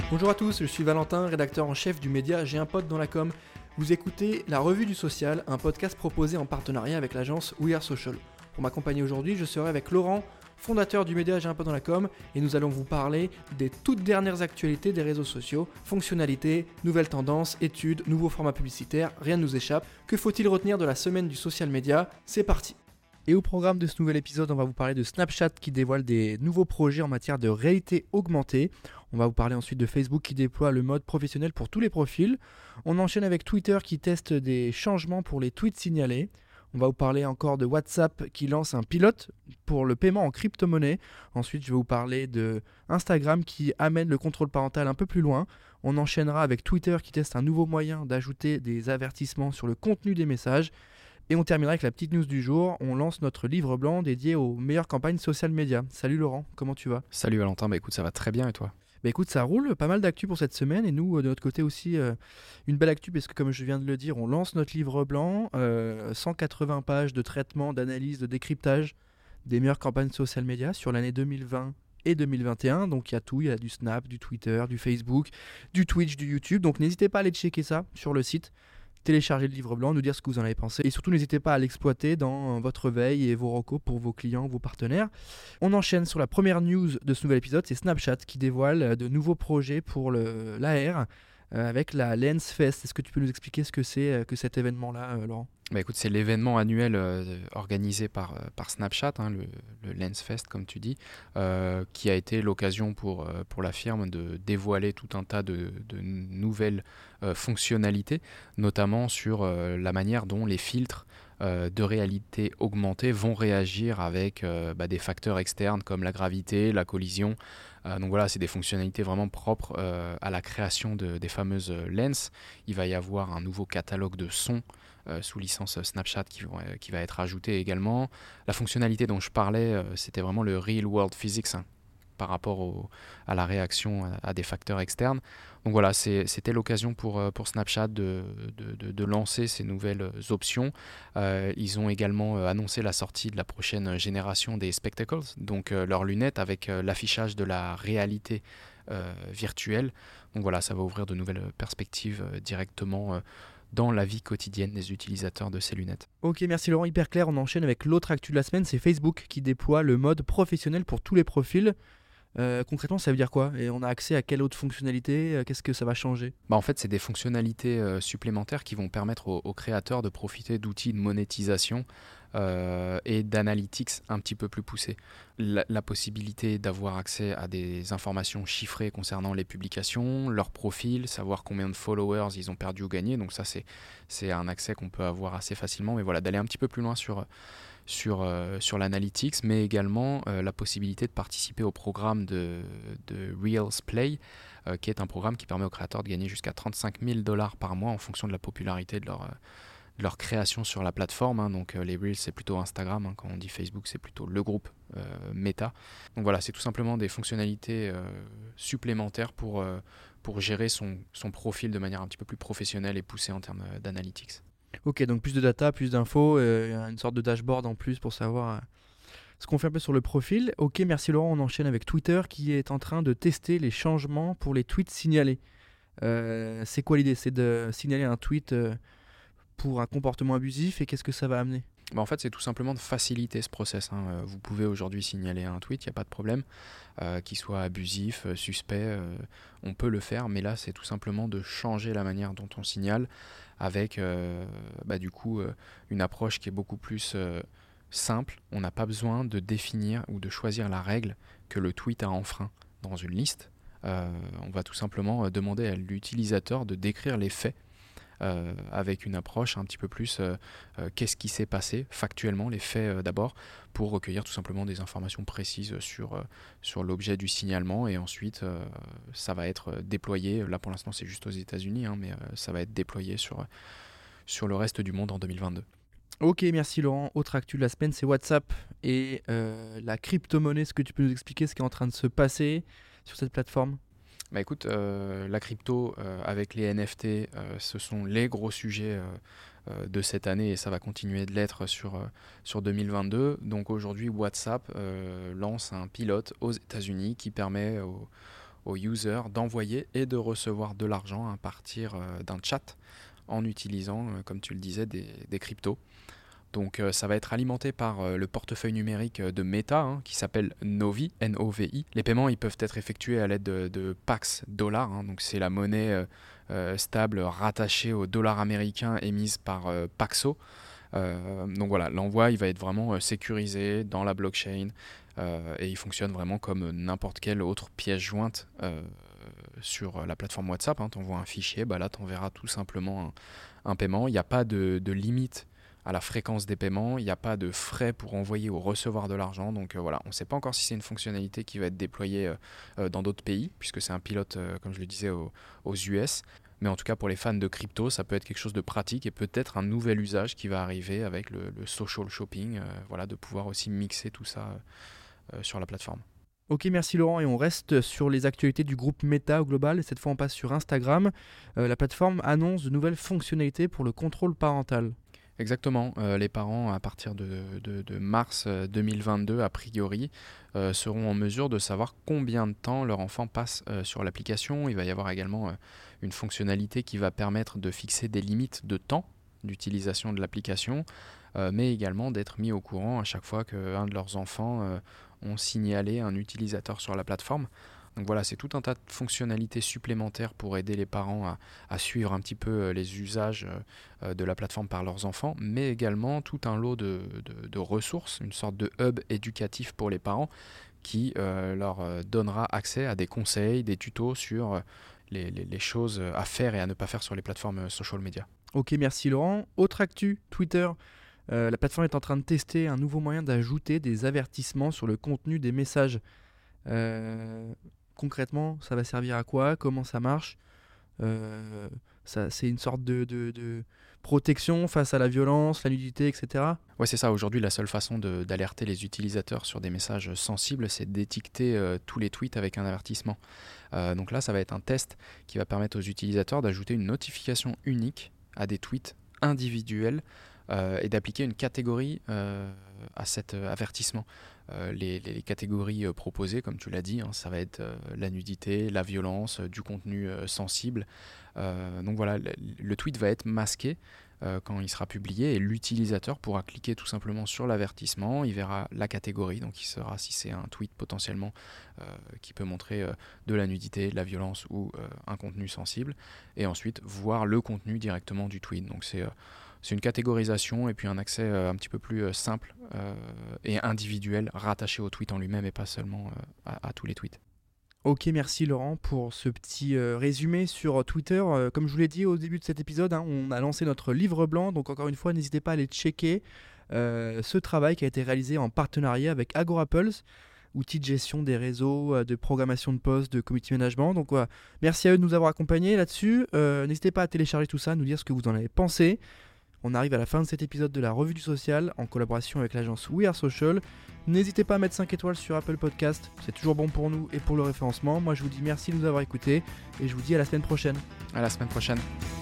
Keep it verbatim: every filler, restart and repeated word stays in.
Bonjour à tous, je suis Valentin, rédacteur en chef du média J'ai un pote dans la com. Vous écoutez La Revue du Social, un podcast proposé en partenariat avec l'agence We Are Social. Pour m'accompagner aujourd'hui, je serai avec Laurent, fondateur du média J'ai un pote dans la com, et nous allons vous parler des toutes dernières actualités des réseaux sociaux, fonctionnalités, nouvelles tendances, études, nouveaux formats publicitaires, rien ne nous échappe. Que faut-il retenir de la semaine du social media ? C'est parti. Et au programme de ce nouvel épisode, on va vous parler de Snapchat qui dévoile des nouveaux projets en matière de réalité augmentée. On va vous parler ensuite de Facebook qui déploie le mode professionnel pour tous les profils. On enchaîne avec Twitter qui teste des changements pour les tweets signalés. On va vous parler encore de WhatsApp qui lance un pilote pour le paiement en crypto-monnaie. Ensuite, je vais vous parler de Instagram qui amène le contrôle parental un peu plus loin. On enchaînera avec Twitter qui teste un nouveau moyen d'ajouter des avertissements sur le contenu des messages. Et on terminera avec la petite news du jour. On lance notre livre blanc dédié aux meilleures campagnes social media. Salut Laurent, comment tu vas ? Salut Valentin, bah écoute, ça va très bien et toi ? Bah écoute, ça roule, pas mal d'actu pour cette semaine. Et nous, de notre côté aussi, euh, une belle actu parce que comme je viens de le dire, on lance notre livre blanc. Euh, cent quatre-vingts pages de traitement, d'analyse, de décryptage des meilleures campagnes social media sur l'année deux mille vingt et deux mille vingt et un. Donc il y a tout, il y a du Snap, du Twitter, du Facebook, du Twitch, du YouTube. Donc n'hésitez pas à aller checker ça sur le site. Télécharger le livre blanc, nous dire ce que vous en avez pensé et surtout n'hésitez pas à l'exploiter dans votre veille et vos recos pour vos clients, vos partenaires. On enchaîne sur la première news de ce nouvel épisode, c'est Snapchat qui dévoile de nouveaux projets pour le, l'A R euh, avec la Lens Fest. Est-ce que tu peux nous expliquer ce que c'est euh, que cet événement-là, euh, Laurent ? Bah écoute, c'est l'événement annuel euh, organisé par, euh, par Snapchat, hein, le, le Lens Fest comme tu dis, euh, qui a été l'occasion pour, euh, pour la firme de dévoiler tout un tas de, de nouvelles euh, fonctionnalités, notamment sur euh, la manière dont les filtres euh, de réalité augmentée vont réagir avec euh, bah, des facteurs externes comme la gravité, la collision. Euh, donc voilà, c'est des fonctionnalités vraiment propres euh, à la création de, des fameuses lens. Il va y avoir un nouveau catalogue de sons Euh, sous licence Snapchat qui, vont, euh, qui va être ajouté également. La fonctionnalité dont je parlais, euh, c'était vraiment le Real World Physics hein, par rapport au, à la réaction à, à des facteurs externes. Donc voilà, c'est, c'était l'occasion pour, pour Snapchat de, de, de, de lancer ces nouvelles options. Euh, ils ont également annoncé la sortie de la prochaine génération des Spectacles, donc euh, leurs lunettes avec euh, l'affichage de la réalité euh, virtuelle. Donc voilà, ça va ouvrir de nouvelles perspectives euh, directement euh, dans la vie quotidienne des utilisateurs de ces lunettes. Ok, merci Laurent, hyper clair. On enchaîne avec l'autre actu de la semaine, c'est Facebook qui déploie le mode professionnel pour tous les profils. Euh, concrètement, ça veut dire quoi ? Et on a accès à quelle autre fonctionnalité ? euh, Qu'est-ce que ça va changer ? Bah en fait, c'est des fonctionnalités euh, supplémentaires qui vont permettre aux, aux créateurs de profiter d'outils de monétisation euh, et d'analytics un petit peu plus poussés. La, la possibilité d'avoir accès à des informations chiffrées concernant les publications, leur profil, savoir combien de followers ils ont perdu ou gagné. Donc ça, c'est, c'est un accès qu'on peut avoir assez facilement. Mais voilà, d'aller un petit peu plus loin sur... Sur, euh, sur l'analytics, mais également euh, la possibilité de participer au programme de, de Reels Play, euh, qui est un programme qui permet aux créateurs de gagner jusqu'à trente-cinq mille dollars par mois en fonction de la popularité de leur, euh, de leur création sur la plateforme. Hein. Donc euh, les Reels, c'est plutôt Instagram. Hein. Quand on dit Facebook, c'est plutôt le groupe euh, Meta. Donc voilà, c'est tout simplement des fonctionnalités euh, supplémentaires pour, euh, pour gérer son, son profil de manière un petit peu plus professionnelle et poussée en termes d'analytics. Ok, donc plus de data, plus d'infos, euh, une sorte de dashboard en plus pour savoir euh, ce qu'on fait un peu sur le profil. Ok, merci Laurent, on enchaîne avec Twitter qui est en train de tester les changements pour les tweets signalés. Euh, c'est quoi l'idée ? C'est de signaler un tweet euh, pour un comportement abusif et qu'est-ce que ça va amener ? Bah en fait, c'est tout simplement de faciliter ce process. Hein. Vous pouvez aujourd'hui signaler un tweet, il n'y a pas de problème, euh, qu'il soit abusif, euh, suspect, euh, on peut le faire, mais là, c'est tout simplement de changer la manière dont on signale avec euh, bah, du coup euh, une approche qui est beaucoup plus euh, simple. On n'a pas besoin de définir ou de choisir la règle que le tweet a enfreint dans une liste. Euh, on va tout simplement demander à l'utilisateur de décrire les faits Euh, avec une approche un petit peu plus euh, euh, qu'est-ce qui s'est passé factuellement, les faits euh, d'abord, pour recueillir tout simplement des informations précises sur, euh, sur l'objet du signalement et ensuite euh, ça va être déployé, là pour l'instant c'est juste aux États-Unis hein, mais euh, ça va être déployé sur, sur le reste du monde en deux mille vingt-deux. Ok, merci Laurent. Autre actu de la semaine, c'est WhatsApp et euh, la crypto-monnaie. Est-ce que tu peux nous expliquer ce qui est en train de se passer sur cette plateforme ? Bah écoute, euh, la crypto euh, avec les N F T, euh, ce sont les gros sujets euh, euh, de cette année et ça va continuer de l'être sur, euh, sur deux mille vingt-deux. Donc aujourd'hui, WhatsApp euh, lance un pilote aux États-Unis qui permet aux, aux users d'envoyer et de recevoir de l'argent à partir euh, d'un chat en utilisant, euh, comme tu le disais, des, des cryptos. Donc euh, ça va être alimenté par euh, le portefeuille numérique de Meta hein, qui s'appelle Novi, N O V I. Les paiements ils peuvent être effectués à l'aide de, de Pax Dollar, hein, donc c'est la monnaie euh, euh, stable rattachée au dollar américain émise par euh, Paxo. Euh, donc voilà, l'envoi il va être vraiment euh, sécurisé dans la blockchain euh, et il fonctionne vraiment comme n'importe quelle autre pièce jointe euh, sur la plateforme WhatsApp. Hein. Tu envoies un fichier, bah là tu enverras tout simplement un, un paiement. Il n'y a pas de, de limite à la fréquence des paiements, il n'y a pas de frais pour envoyer ou recevoir de l'argent, donc euh, voilà, on ne sait pas encore si c'est une fonctionnalité qui va être déployée euh, euh, dans d'autres pays, puisque c'est un pilote, euh, comme je le disais, au, aux U S, mais en tout cas pour les fans de crypto, ça peut être quelque chose de pratique et peut-être un nouvel usage qui va arriver avec le, le social shopping, euh, voilà, de pouvoir aussi mixer tout ça euh, sur la plateforme. Ok, merci Laurent, et on reste sur les actualités du groupe Meta au global, et cette fois on passe sur Instagram. Euh, la plateforme annonce de nouvelles fonctionnalités pour le contrôle parental. Exactement, euh, les parents à partir de, de, de mars deux mille vingt-deux a priori euh, seront en mesure de savoir combien de temps leur enfant passe euh, sur l'application. Il va y avoir également euh, une fonctionnalité qui va permettre de fixer des limites de temps d'utilisation de l'application, euh, mais également d'être mis au courant à chaque fois qu'un de leurs enfants euh, ont signalé un utilisateur sur la plateforme. Donc voilà, c'est tout un tas de fonctionnalités supplémentaires pour aider les parents à, à suivre un petit peu les usages euh, de la plateforme par leurs enfants, mais également tout un lot de, de, de ressources, une sorte de hub éducatif pour les parents qui euh, leur donnera accès à des conseils, des tutos sur les, les, les choses à faire et à ne pas faire sur les plateformes social media. Ok, merci Laurent. Autre actu, Twitter. Euh, la plateforme est en train de tester un nouveau moyen d'ajouter des avertissements sur le contenu des messages. Euh, concrètement, ça va servir à quoi? Comment ça marche? euh, ça, C'est une sorte de, de, de protection face à la violence, la nudité, et cetera. Ouais, c'est ça. Aujourd'hui, la seule façon de, d'alerter les utilisateurs sur des messages sensibles, c'est d'étiqueter euh, tous les tweets avec un avertissement. Euh, donc là, ça va être un test qui va permettre aux utilisateurs d'ajouter une notification unique à des tweets individuels euh, et d'appliquer une catégorie euh, à cet euh, avertissement. Euh, les, les catégories euh, proposées, comme tu l'as dit, hein, ça va être euh, la nudité, la violence, euh, du contenu euh, sensible. Euh, donc voilà, le, le tweet va être masqué euh, quand il sera publié et l'utilisateur pourra cliquer tout simplement sur l'avertissement, il verra la catégorie, donc il saura si c'est un tweet potentiellement euh, qui peut montrer euh, de la nudité, de la violence ou euh, un contenu sensible, et ensuite voir le contenu directement du tweet. Donc c'est... Euh, C'est une catégorisation et puis un accès euh, un petit peu plus euh, simple euh, et individuel, rattaché au tweet en lui-même et pas seulement euh, à, à tous les tweets. Ok, merci Laurent pour ce petit euh, résumé sur Twitter. Euh, comme je vous l'ai dit au début de cet épisode, hein, on a lancé notre livre blanc, donc encore une fois, n'hésitez pas à aller checker euh, ce travail qui a été réalisé en partenariat avec AgoraPulse, outil de gestion des réseaux, euh, de programmation de posts, de community management. Donc voilà, merci à eux de nous avoir accompagnés là-dessus. Euh, n'hésitez pas à télécharger tout ça, nous dire ce que vous en avez pensé. On arrive à la fin de cet épisode de la Revue du Social en collaboration avec l'agence We Are Social. N'hésitez pas à mettre cinq étoiles sur Apple Podcast, c'est toujours bon pour nous et pour le référencement. Moi je vous dis merci de nous avoir écoutés et je vous dis à la semaine prochaine. À la semaine prochaine.